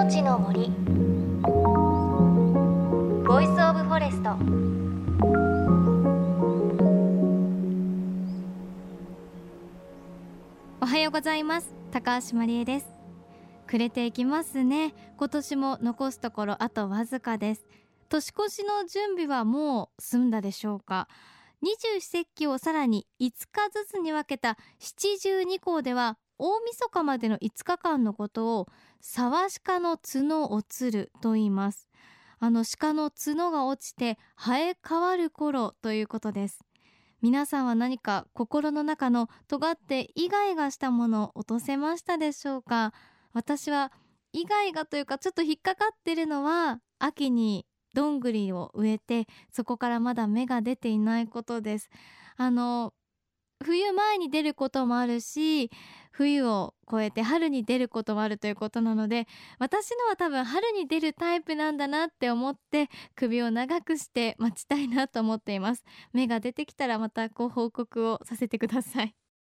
命の森ボイスオブフォレスト。 おはようございます。高橋まりえです。暮れていきますね。今年も残すところあとわずかです。年越しの準備はもう済んだでしょうか。二十四節気をさらに5日ずつに分けた七十二候では、大晦日までの5日間のことを沢鹿の角落つると言います。鹿の角が落ちて生え変わる頃ということです。皆さんは何か心の中の尖ってイガイガしたものを落とせましたでしょうか。私はイガイガというかちょっと引っかかってるのは、秋にどんぐりを植えてそこからまだ芽が出ていないことです。冬前に出ることもあるし、冬を越えて春に出ることもあるということなので、私のは多分春に出るタイプなんだなって思って首を長くして待ちたいなと思っています。芽が出てきたらまたご報告をさせてください。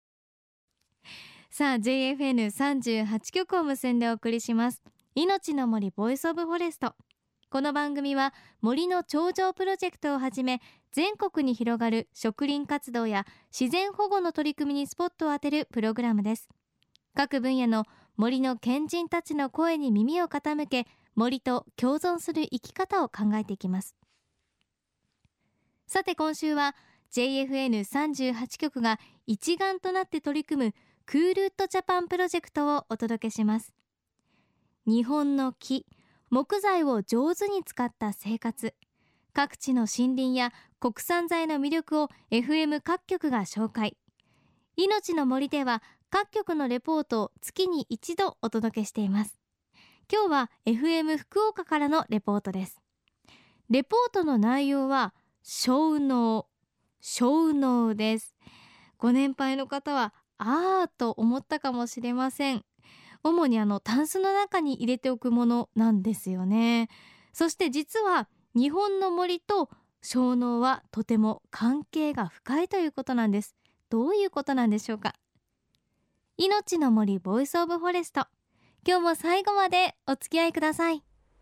さあ JFN38 局を結んでお送りします。命の森ボイスオブフォレスト。この番組は森の頂上プロジェクトをはじめ、全国に広がる植林活動や自然保護の取り組みにスポットを当てるプログラムです。各分野の森の賢人たちの声に耳を傾け、森と共存する生き方を考えていきます。さて今週は JFN38 局が一丸となって取り組むクールッドジャパンプロジェクトをお届けします。日本の木、木材を上手に使った生活、各地の森林や国産材の魅力を FM 各局が紹介。命の森では各局のレポートを月に一度お届けしています。今日は FM 福岡からのレポートです。レポートの内容は小脳です。ご年配の方はと思ったかもしれません。主にタンスの中に入れておくものなんですよね。そして実は日本の森と小脳はとても関係が深いということなんです。どういうことなんでしょうか。命の森ボイスオブフォレスト、今日も最後までお付き合いください。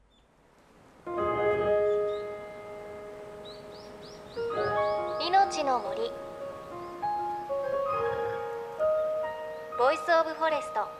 命の森ボイスオブフォレスト。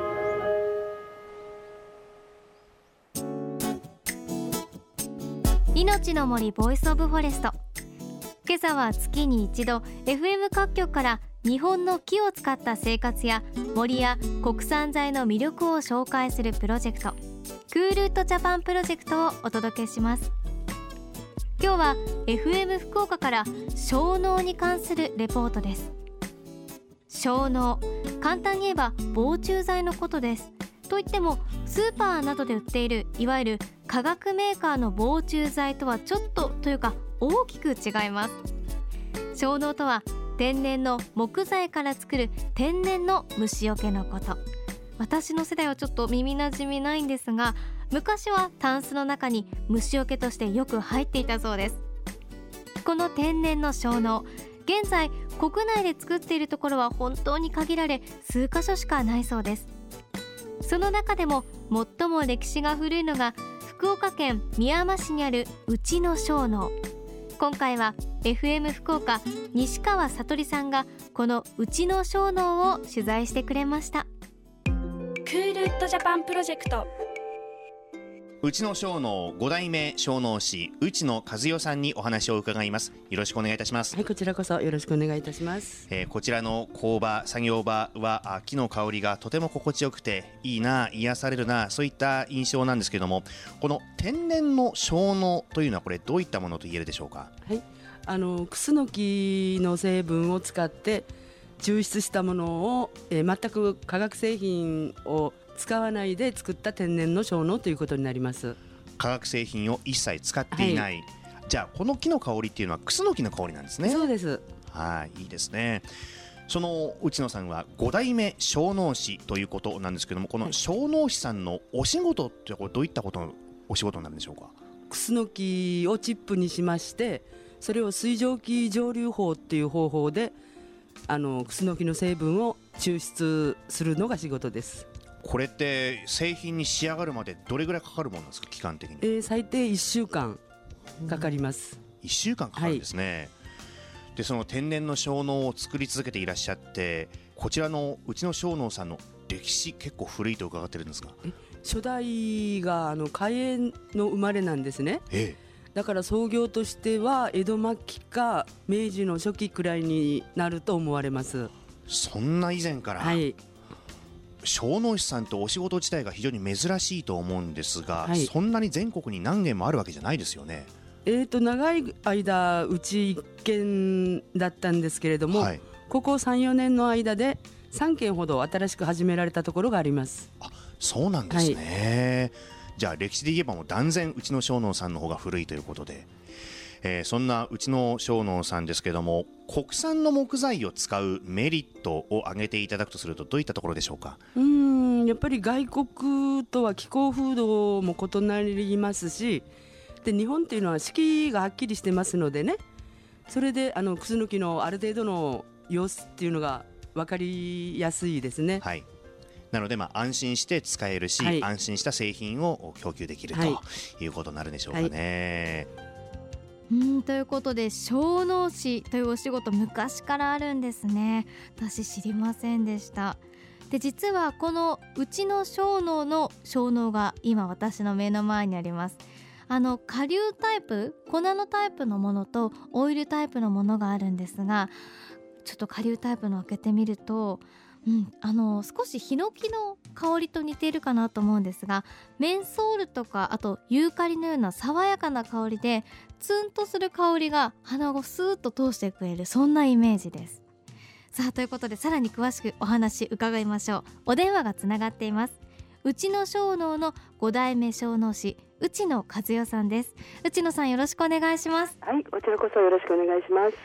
命の森ボイスオブフォレスト。今朝は月に一度 FM 各局から日本の木を使った生活や森や国産材の魅力を紹介するプロジェクト、クールッドジャパンプロジェクトをお届けします。今日は FM 福岡から小脳に関するレポートです。小脳、簡単に言えば防虫剤のことです。といってもスーパーなどで売っているいわゆる化学メーカーの防虫剤とはちょっとというか大きく違います。小脳とは天然の木材から作る天然の虫除けのこと。私の世代はちょっと耳なじみないんですが、昔はタンスの中に虫除けとしてよく入っていたそうです。この天然の小脳、現在国内で作っているところは本当に限られ数カ所しかないそうです。その中でも最も歴史が古いのが福岡県みやま市にある内野小脳。今回は FM 福岡西川さとりさんがこの内野小脳を取材してくれました。 クールッドジャパンプロジェクト。 内野小脳5代目小脳師内野和代さんにお話を伺います。よろしくお願いいたします。 はい、こちらこそよろしくお願いいたします。 こちらの工場作業場は木の香りがとても心地よくていいな、癒されるな、そういった印象なんですけども、この天然の小脳というのはこれどういったものと言えるでしょうか。 はい、クスノキの成分を使って抽出したものを、全く化学製品を使わないで作った天然の小脳ということになります。 化学製品を一切使っていない、じゃあこの木の香りっていうのはクスノキの香りなんですね。 そうです。 はい、いいですね。その内野さんは5代目小脳師ということなんですけども、この小脳師さんのお仕事ってこれどういったことのお仕事になるんでしょうか。 クスノキをチップにしまして、それを水蒸気蒸留法っていう方法でクスノキの成分を抽出するのが仕事です。 これって製品に仕上がるまでどれぐらいかかるものなんですか、期間的に。 最低1週間かかります。 1週間かかるんですね、でその天然の小脳を作り続けていらっしゃって、こちらのうちの小脳さんの歴史結構古いと伺ってるんですが。 初代が嘉永の生まれなんですね。だから創業としては江戸末期か明治の初期くらいになると思われます。 そんな以前から、はい、小脳師さんとお仕事自体が非常に珍しいと思うんですが、はい、そんなに全国に何軒もあるわけじゃないですよね。 長い間うち1軒だったんですけれども、はい、ここ 3,4 年の間で3軒ほど新しく始められたところがあります。 あ、そうなんですね、はい、じゃあ歴史で言えばもう断然うちの小脳さんの方が古いということで、そんなうちの小脳さんですけども、国産の木材を使うメリットを挙げていただくとするとどういったところでしょうか。 やっぱり外国とは気候風土も異なりますし、で日本っていうのは四季がはっきりしてますのでね、それでクスノキのある程度の様子っていうのが分かりやすいですね。 はい、なので安心して使えるし、はい、安心した製品を供給できるということになるんでしょうかね。 ということで小脳師というお仕事昔からあるんですね。私知りませんでした。で実はこのうちの小脳の小脳が今私の目の前にあります。顆粒タイプ、粉のタイプのものとオイルタイプのものがあるんですが、ちょっと顆粒タイプの開けてみると、少しヒノキの香りと似ているかなと思うんですが、メンソールとかあとユーカリのような爽やかな香りでツンとする香りが鼻をスーッと通してくれる、そんなイメージです。さあということでさらに詳しくお話伺いましょう。お電話がつながっています。うちの小脳の5代目小脳師内野和代さんです。内野さんよろしくお願いします。 はい、こちらこそよろしくお願いします。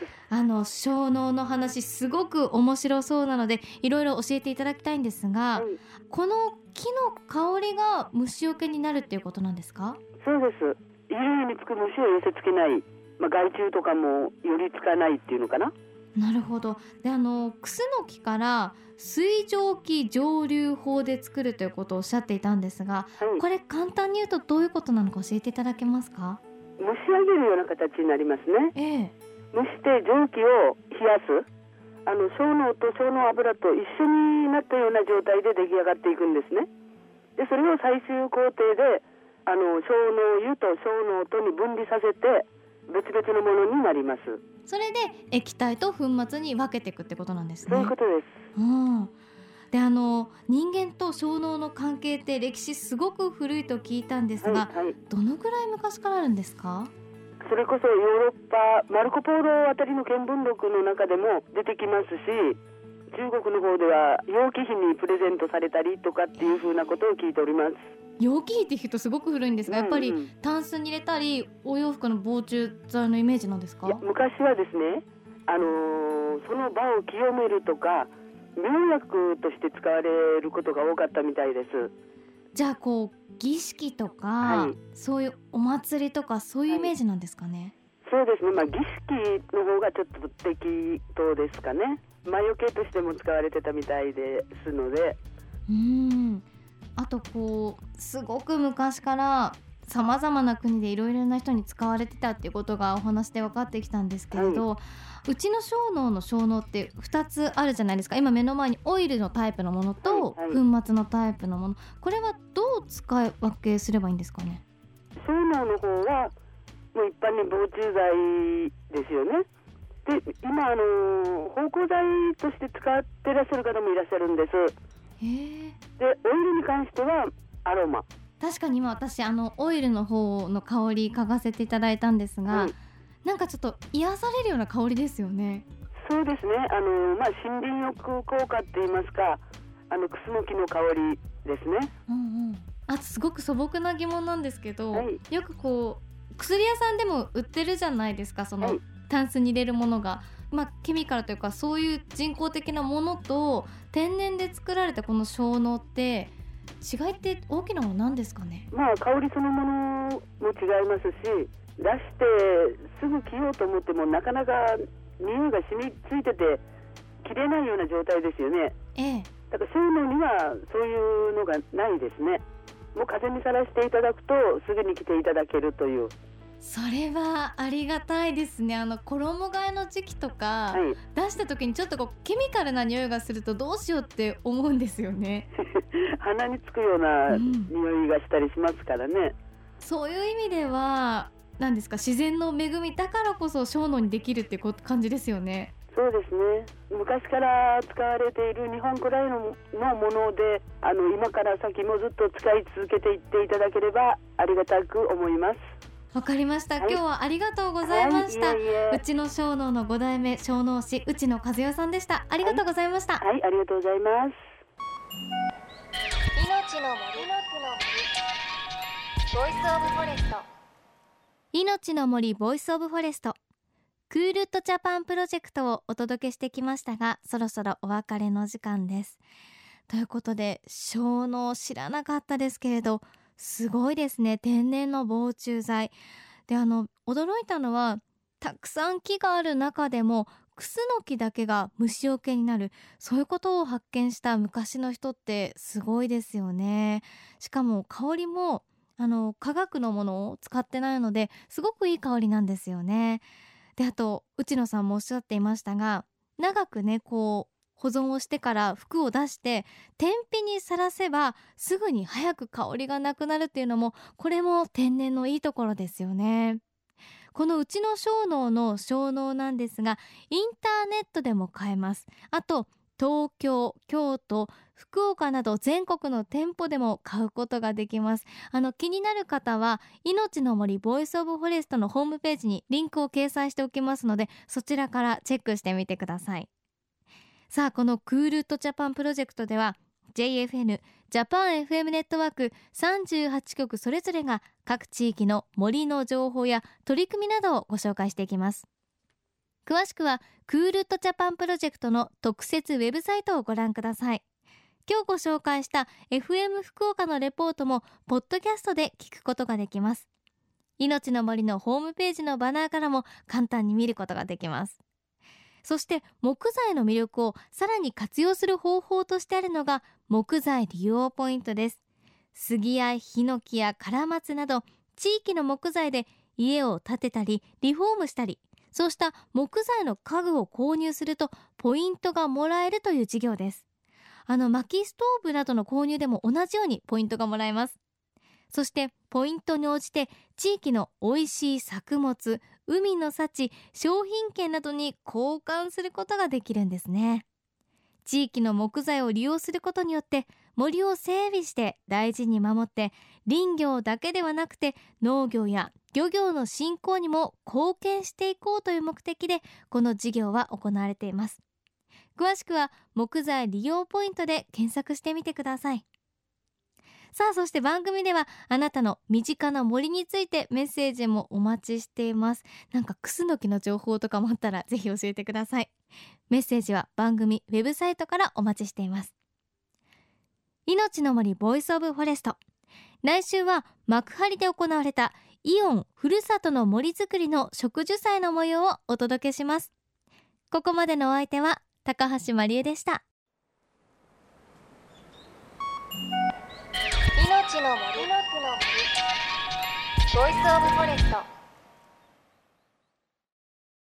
小脳の話すごく面白そうなのでいろいろ教えていただきたいんですが、はい、この木の香りが虫除けになるっていうことなんですか？ そうです。衣類につく虫を寄せつけない、害虫とかも寄りつかないっていうのかな。 なるほど。でクスノキから水蒸気蒸留法で作るということをおっしゃっていたんですが、はい、これ簡単に言うとどういうことなのか教えていただけますか？ 蒸し上げるような形になりますね。蒸して蒸気を冷やす、小脳と小脳油と一緒になったような状態で出来上がっていくんですね。でそれを最終工程で小脳油と小脳とに分離させて別々のものになります。 それで液体と粉末に分けていくってことなんですね。 そういうことです。 で人間と小脳の関係って歴史すごく古いと聞いたんですが、はいはい、どのくらい昔からあるんですか？ それこそヨーロッパマルコ・ポーロあたりの見聞録の中でも出てきますし、中国の方では楊貴妃にプレゼントされたりとかっていうふうなことを聞いております。 楊貴妃って聞くとすごく古いんですが、やっぱりタンスに入れたりお洋服の防虫剤のイメージなんですか？ いや昔はですね、その場を清めるとか妙薬として使われることが多かったみたいです。 じゃあ儀式とか、はい、そういうお祭りとかそういうイメージなんですかね？ はい、そうですね、儀式の方がちょっと適当ですかね。魔除けとしても使われてたみたいですので、 あとすごく昔からさまざまな国でいろいろな人に使われてたっていうことがお話で分かってきたんですけれど、はい、うちの小脳の小脳って2つあるじゃないですか。今目の前にオイルのタイプのものと粉末のタイプのもの、これはどう使い分けすればいいんですかね？ 小脳の方はもう一般に防虫剤ですよね。で今芳香剤として使ってらっしゃる方もいらっしゃるんです。でオイルに関してはアロマ。 確かに今私オイルの方の香り嗅がせていただいたんですが、なんかちょっと癒されるような香りですよね。 そうですね。森林浴効果って言いますか、クスノキの香りですね。 あとすごく素朴な疑問なんですけど、はい、よく薬屋さんでも売ってるじゃないですか、その、タンスに入れるものが、ケミカルというかそういう人工的なものと天然で作られたこの小脳って違いって大きなものなんですかね？ 香りそのものも違いますし、出してすぐ着ようと思ってもなかなか匂いが染みついてて着れないような状態ですよね。 だから小脳にはそういうのがないですね。もう風にさらしていただくとすぐに来ていただけるという。 それはありがたいですね。衣替えの時期とか、出した時にちょっとケミカルな匂いがするとどうしようって思うんですよね鼻につくような匂いがしたりしますからね、 そういう意味では何ですか、自然の恵みだからこそ小脳にできるっていう感じですよね。 そうですね。昔から使われている日本くらいのもので今から先もずっと使い続けていっていただければありがたく思います。 わかりました、今日はありがとうございました、うちの小脳の5代目小脳師内野和代さんでした。ありがとうございました。 はい、ありがとうございます。 命の森ボイスオブフォレスト。 命の森ボイスオブフォレスト、クールッドジャパンプロジェクトをお届けしてきましたが、そろそろお別れの時間です。ということで小脳知らなかったですけれど、すごいですね。天然の防虫剤で、驚いたのはたくさん木がある中でもクスノキだけが虫除けになる、そういうことを発見した昔の人ってすごいですよね。しかも香りも化学のものを使ってないのですごくいい香りなんですよね。で、あと内野さんもおっしゃっていましたが、長くね保存をしてから服を出して天日にさらせばすぐに早く香りがなくなるっていうのも、これも天然のいいところですよね。このうちの小脳の小脳なんですが、インターネットでも買えます。あと東京、京都、福岡など全国の店舗でも買うことができます。気になる方は命の森ボイスオブフォレストのホームページにリンクを掲載しておきますので、そちらからチェックしてみてください。さあ、このクールッドジャパンプロジェクトでは JFN ジャパン FM ネットワーク38局それぞれが各地域の森の情報や取り組みなどをご紹介していきます。詳しくはクールッドジャパンプロジェクトの特設ウェブサイトをご覧ください。今日ご紹介した FM 福岡のレポートもポッドキャストで聞くことができます。命の森のホームページのバナーからも簡単に見ることができます。そして木材の魅力をさらに活用する方法としてあるのが木材利用ポイントです。杉やヒノキやカラマツなど地域の木材で家を建てたりリフォームしたり、そうした木材の家具を購入するとポイントがもらえるという事業です。薪ストーブなどの購入でも同じようにポイントがもらえます。そしてポイントに応じて地域の美味しい作物、海の幸、商品券などに交換することができるんですね。地域の木材を利用することによって森を整備して大事に守って、林業だけではなくて農業や漁業の振興にも貢献していこうという目的でこの事業は行われています。詳しくは木材利用ポイントで検索してみてください。さあ、そして番組ではあなたの身近な森についてメッセージもお待ちしています。なんかクスノキの情報とかもあったらぜひ教えてください。メッセージは番組ウェブサイトからお待ちしています。命の森ボイスオブフォレスト、来週は幕張で行われたイオンふるさとの森づくりの植樹祭の模様をお届けします。ここまでのお相手は高橋まりえでした。 命の森ボイスオブフォレスト。